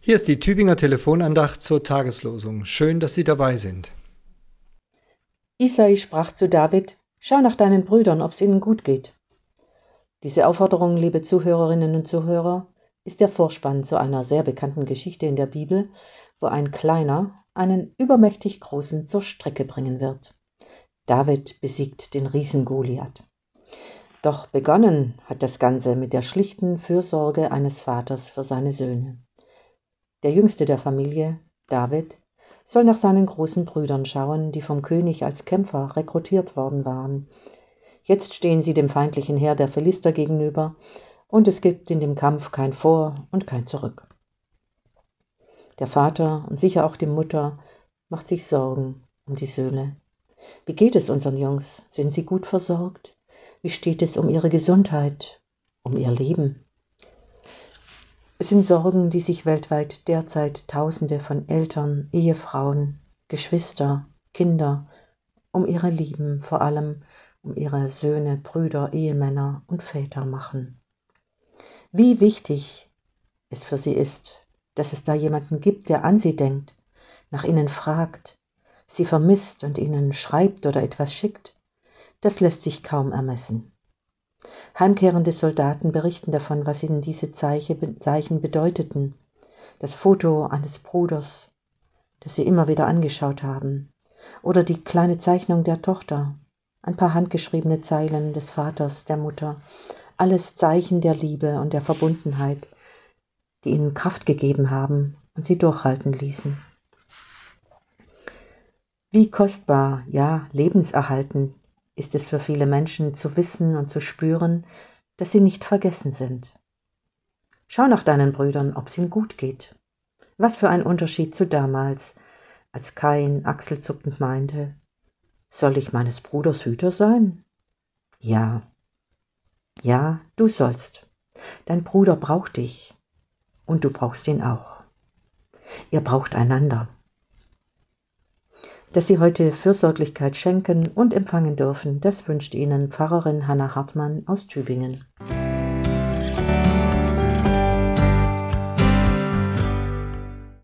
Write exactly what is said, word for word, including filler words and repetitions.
Hier ist die Tübinger Telefonandacht zur Tageslosung. Schön, dass Sie dabei sind. Isai sprach zu David: Schau nach deinen Brüdern, ob es ihnen gut geht. Diese Aufforderung, liebe Zuhörerinnen und Zuhörer, ist der Vorspann zu einer sehr bekannten Geschichte in der Bibel, wo ein Kleiner einen übermächtig Großen zur Strecke bringen wird. David besiegt den Riesen Goliath. Doch begonnen hat das Ganze mit der schlichten Fürsorge eines Vaters für seine Söhne. Der jüngste der Familie, David, soll nach seinen großen Brüdern schauen, die vom König als Kämpfer rekrutiert worden waren. Jetzt stehen sie dem feindlichen Heer der Philister gegenüber, und es gibt in dem Kampf kein Vor und kein Zurück. Der Vater und sicher auch die Mutter macht sich Sorgen um die Söhne. Wie geht es unseren Jungs? Sind sie gut versorgt? Wie steht es um ihre Gesundheit, um ihr Leben? Es sind Sorgen, die sich weltweit derzeit Tausende von Eltern, Ehefrauen, Geschwister, Kinder, um ihre Lieben, vor allem um ihre Söhne, Brüder, Ehemänner und Väter machen. Wie wichtig es für sie ist, dass es da jemanden gibt, der an sie denkt, nach ihnen fragt, sie vermisst und ihnen schreibt oder etwas schickt, das lässt sich kaum ermessen. Heimkehrende Soldaten berichten davon, was ihnen diese Zeichen bedeuteten. Das Foto eines Bruders, das sie immer wieder angeschaut haben, oder die kleine Zeichnung der Tochter, ein paar handgeschriebene Zeilen des Vaters, der Mutter, alles Zeichen der Liebe und der Verbundenheit, die ihnen Kraft gegeben haben und sie durchhalten ließen. Wie kostbar, ja lebenserhaltend ist es für viele Menschen zu wissen und zu spüren, dass sie nicht vergessen sind. Schau nach deinen Brüdern, ob es ihnen gut geht. Was für ein Unterschied zu damals, als Kain achselzuckend meinte: Soll ich meines Bruders Hüter sein? Ja, ja, du sollst. Dein Bruder braucht dich und du brauchst ihn auch. Ihr braucht einander. Dass Sie heute Fürsorglichkeit schenken und empfangen dürfen, das wünscht Ihnen Pfarrerin Hanna Hartmann aus Tübingen.